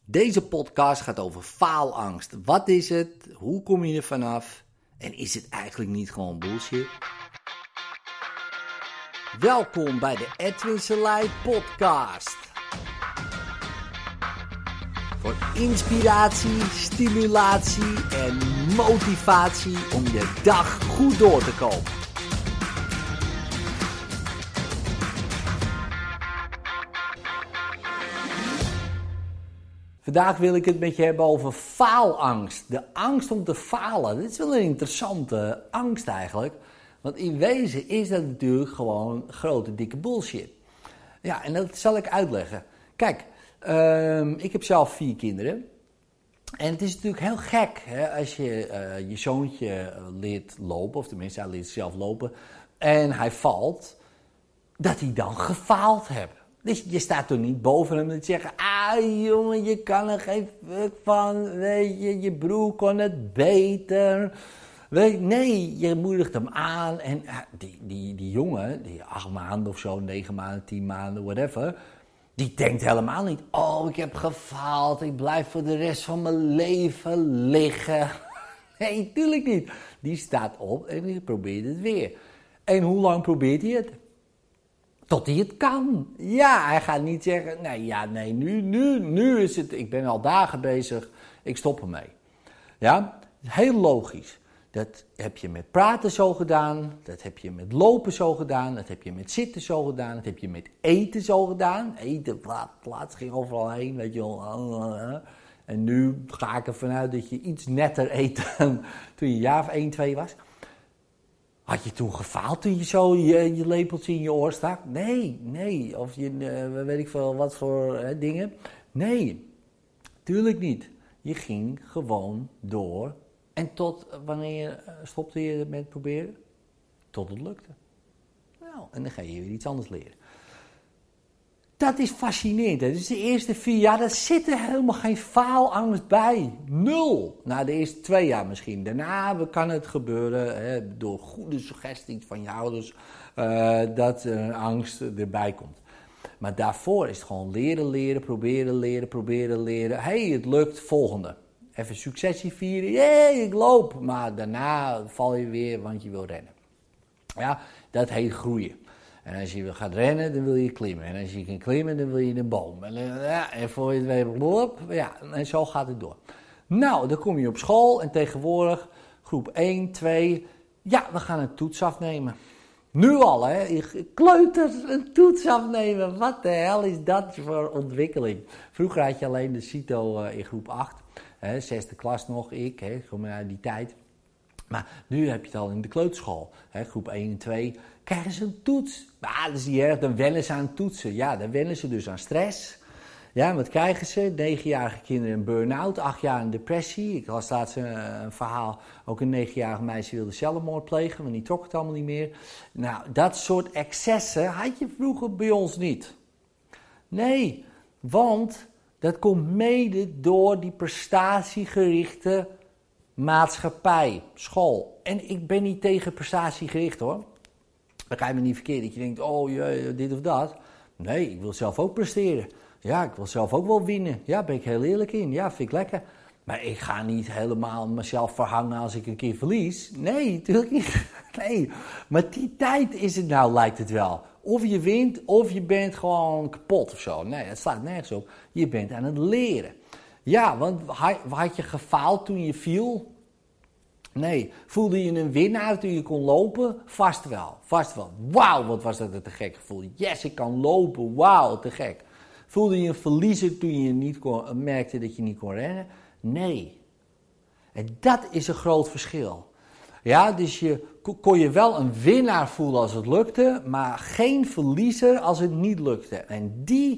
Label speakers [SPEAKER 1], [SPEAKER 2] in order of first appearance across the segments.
[SPEAKER 1] Deze podcast gaat over faalangst. Wat is het? Hoe kom je er vanaf? En is het eigenlijk niet gewoon bullshit? Welkom bij de Edwin Selei podcast. Voor inspiratie, stimulatie en motivatie om je dag goed door te komen. Vandaag wil ik het met je hebben over faalangst. De angst om te falen. Dit is wel een interessante angst eigenlijk. Want in wezen is dat natuurlijk gewoon grote dikke bullshit. Ja, en dat zal ik uitleggen. Kijk, ik heb zelf 4 kinderen. En het is natuurlijk heel gek hè, als je je zoontje leert lopen. Of tenminste, hij leert zelf lopen. En hij valt. Dat hij dan gefaald hebt. Dus je staat toch niet boven hem en te zeggen... jongen, je kan er geen fuck van. Weet je broer kon het beter. Nee, je moedigt hem aan. En die jongen, die 8 maanden of zo, 9 maanden, 10 maanden, whatever... Die denkt helemaal niet... Oh, ik heb gefaald. Ik blijf voor de rest van mijn leven liggen. Nee, tuurlijk niet. Die staat op en die probeert het weer. En hoe lang probeert hij het? Tot hij het kan. Ja, hij gaat niet zeggen, nu is het, ik ben al dagen bezig, ik stop ermee. Ja, heel logisch. Dat heb je met praten zo gedaan, dat heb je met lopen zo gedaan, dat heb je met zitten zo gedaan, dat heb je met eten zo gedaan. Eten, plaats ging overal heen, weet je wel. En nu ga ik ervan uit dat je iets netter eet dan toen je een jaar of 1, 2 was. Had je toen gefaald toen je zo je lepeltje in je oor stak? Nee. Of je, weet ik veel, wat voor dingen. Nee, tuurlijk niet. Je ging gewoon door. En tot wanneer stopte je met proberen? Tot het lukte. Nou, en dan ga je weer iets anders leren. Dat is fascinerend. Hè? Dus de eerste 4 jaar, daar zit er helemaal geen faalangst bij. 0. Nou, de eerste 2 jaar misschien. Daarna kan het gebeuren, hè, door goede suggesties van je ouders, dat angst erbij komt. Maar daarvoor is het gewoon leren, proberen leren. Hey, het lukt, volgende. Even successie vieren. Jee, ik loop. Maar daarna val je weer, want je wil rennen. Ja, dat heet groeien. En als je gaat rennen, dan wil je klimmen. En als je kan klimmen, dan wil je een boom. En voor je het weet, ja, en zo gaat het door. Nou, dan kom je op school en tegenwoordig, groep 1, 2, ja, we gaan een toets afnemen. Nu al, hè, kleuters een toets afnemen. Wat de hel is dat voor ontwikkeling? Vroeger had je alleen de CITO in groep 8, hè, 6e klas nog, kom uit die tijd. Maar nu heb je het al in de kleuterschool, hè, groep 1 en 2, krijgen ze een toets. Nou, dat is niet erg, dan wennen ze aan toetsen. Ja, dan wennen ze dus aan stress. Ja, wat krijgen ze? 9-jarige kinderen een burn-out, 8 jaar een depressie. Ik las laatst een verhaal, ook een 9-jarige meisje wilde zelfmoord plegen, want die trok het allemaal niet meer. Nou, dat soort excessen had je vroeger bij ons niet. Nee, want dat komt mede door die prestatiegerichte maatschappij, school. En ik ben niet tegen prestatiegericht hoor. Dan ga je me niet verkeerd dat je denkt, oh jee, dit of dat. Nee, ik wil zelf ook presteren. Ja, ik wil zelf ook wel winnen. Ja, ben ik heel eerlijk in. Ja, vind ik lekker. Maar ik ga niet helemaal mezelf verhangen als ik een keer verlies. Nee, natuurlijk niet. Nee, maar die tijd is het nou, lijkt het wel. Of je wint, of je bent gewoon kapot of zo. Nee, dat slaat nergens op. Je bent aan het leren. Ja, want had je gefaald toen je viel? Nee. Voelde je een winnaar toen je kon lopen? Vast wel. Wauw, wat was dat een te gek gevoel. Yes, ik kan lopen. Wauw, te gek. Voelde je een verliezer toen je niet merkte dat je niet kon rennen? Nee. En dat is een groot verschil. Ja, dus je kon je wel een winnaar voelen als het lukte, maar geen verliezer als het niet lukte. En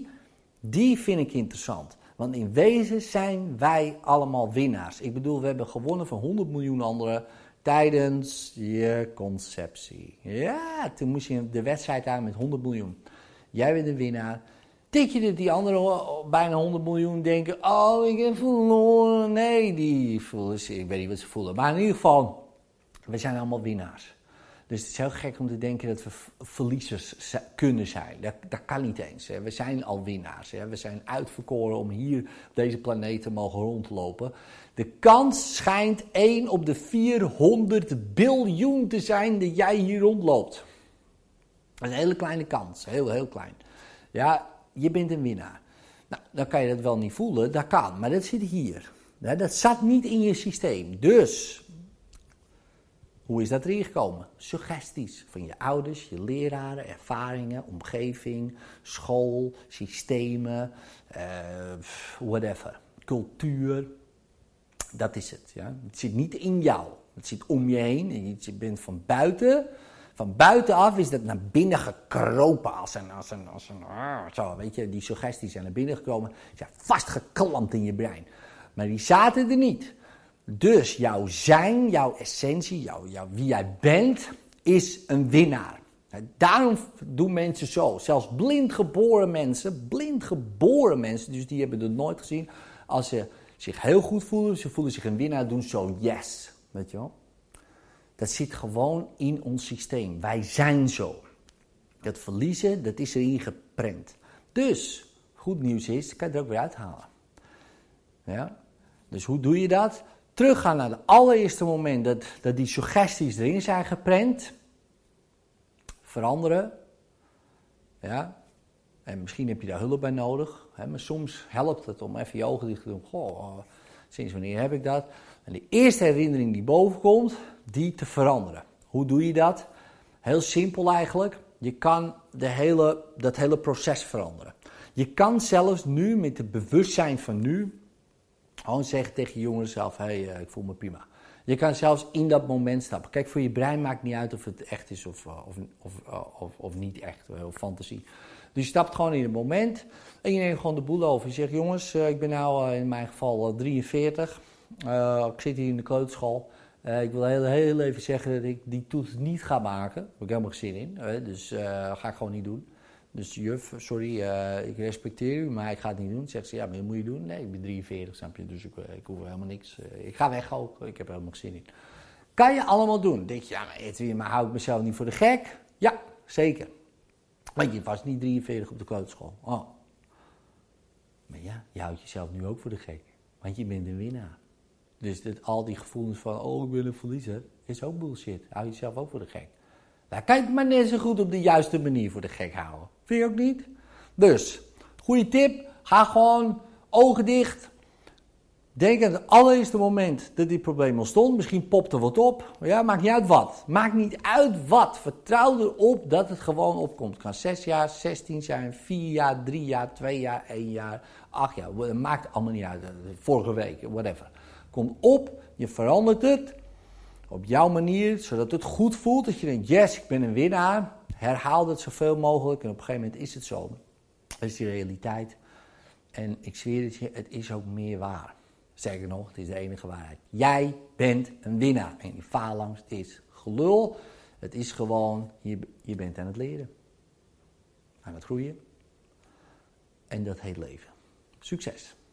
[SPEAKER 1] die vind ik interessant. Want in wezen zijn wij allemaal winnaars. Ik bedoel, we hebben gewonnen van 100 miljoen anderen tijdens je conceptie. Ja, toen moest je de wedstrijd aan met 100 miljoen. Jij bent de winnaar. Denk je dat die anderen bijna 100 miljoen denken, oh, ik heb verloren. Nee, die voelen, ik weet niet wat ze voelen. Maar in ieder geval, we zijn allemaal winnaars. Dus het is heel gek om te denken dat we verliezers kunnen zijn. Dat kan niet eens. Hè. We zijn al winnaars. Hè. We zijn uitverkoren om hier op deze planeet te mogen rondlopen. De kans schijnt 1 op de 400 biljoen te zijn dat jij hier rondloopt. Dat is een hele kleine kans. Heel, heel klein. Ja, je bent een winnaar. Nou, dan kan je dat wel niet voelen. Dat kan. Maar dat zit hier. Dat zat niet in je systeem. Dus, hoe is dat erin gekomen? Suggesties van je ouders, je leraren, ervaringen, omgeving, school, systemen, whatever. Cultuur. Dat is het. Ja? Het zit niet in jou. Het zit om je heen. Je bent van buiten. Van buitenaf is dat naar binnen gekropen als een zo, weet je, die suggesties zijn naar binnen gekomen. Ze zijn vastgeklampt in je brein. Maar die zaten er niet. Dus jouw zijn, jouw essentie, wie jij bent, is een winnaar. Daarom doen mensen zo. Zelfs blindgeboren mensen, dus die hebben het nooit gezien. Als ze zich heel goed voelen, ze voelen zich een winnaar, doen zo yes. Weet je wel? Dat zit gewoon in ons systeem. Wij zijn zo. Dat verliezen, dat is erin geprent. Dus, goed nieuws is, kan je het er ook weer uithalen. Ja? Dus hoe doe je dat? Teruggaan naar het allereerste moment dat die suggesties erin zijn geprent. Veranderen. Ja? En misschien heb je daar hulp bij nodig. Hè? Maar soms helpt het om even je ogen dicht te doen. Goh, sinds wanneer heb ik dat? En de eerste herinnering die boven komt, die te veranderen. Hoe doe je dat? Heel simpel eigenlijk. Je kan dat hele proces veranderen. Je kan zelfs nu met het bewustzijn van nu gewoon zeggen tegen je jongeren zelf, hey, ik voel me prima. Je kan zelfs in dat moment stappen. Kijk, voor je brein maakt niet uit of het echt is of niet echt, of fantasie. Dus je stapt gewoon in het moment en je neemt gewoon de boel over. Je zegt, jongens, ik ben nou in mijn geval 43. Ik zit hier in de kleuterschool. Ik wil heel even zeggen dat ik die toets niet ga maken. Daar heb ik helemaal geen zin in. Dus ga ik gewoon niet doen. Dus juf, sorry, ik respecteer u, maar ik ga het niet doen. Zegt ze, ja, maar dat moet je doen. Nee, ik ben 43, snap je, dus ik hoef helemaal niks. Ik ga weg ook, ik heb er helemaal geen zin in. Kan je allemaal doen. Denk je, ja, maar Edwin, maar hou ik mezelf niet voor de gek? Ja, zeker. Want je was niet 43 op de kleuterschool. Oh. Maar ja, je houdt jezelf nu ook voor de gek. Want je bent een winnaar. Dus al die gevoelens van, oh, ik ben een verliezer, is ook bullshit. Hou jezelf ook voor de gek. Nou, kan je het maar net zo goed op de juiste manier voor de gek houden. Vind je ook niet? Dus, goede tip. Ga gewoon ogen dicht. Denk aan het allereerste moment dat dit probleem ontstond. Misschien popt er wat op. Ja, maakt niet uit wat. Maakt niet uit wat. Vertrouw erop dat het gewoon opkomt. Het kan 6 jaar, 16 zijn, 4 jaar, 3 jaar, 2 jaar, 1 jaar, 8 jaar. Het maakt allemaal niet uit. Vorige week, whatever. Komt op, je verandert het. Op jouw manier, zodat het goed voelt. Dat je denkt, yes, ik ben een winnaar. Herhaal het zoveel mogelijk. En op een gegeven moment is het zo. Dat is die realiteit. En ik zweer het je, het is ook meer waar. Sterker nog, het is de enige waarheid. Jij bent een winnaar. En die faalangst is gelul. Het is gewoon, je bent aan het leren. Aan het groeien. En dat heet leven. Succes!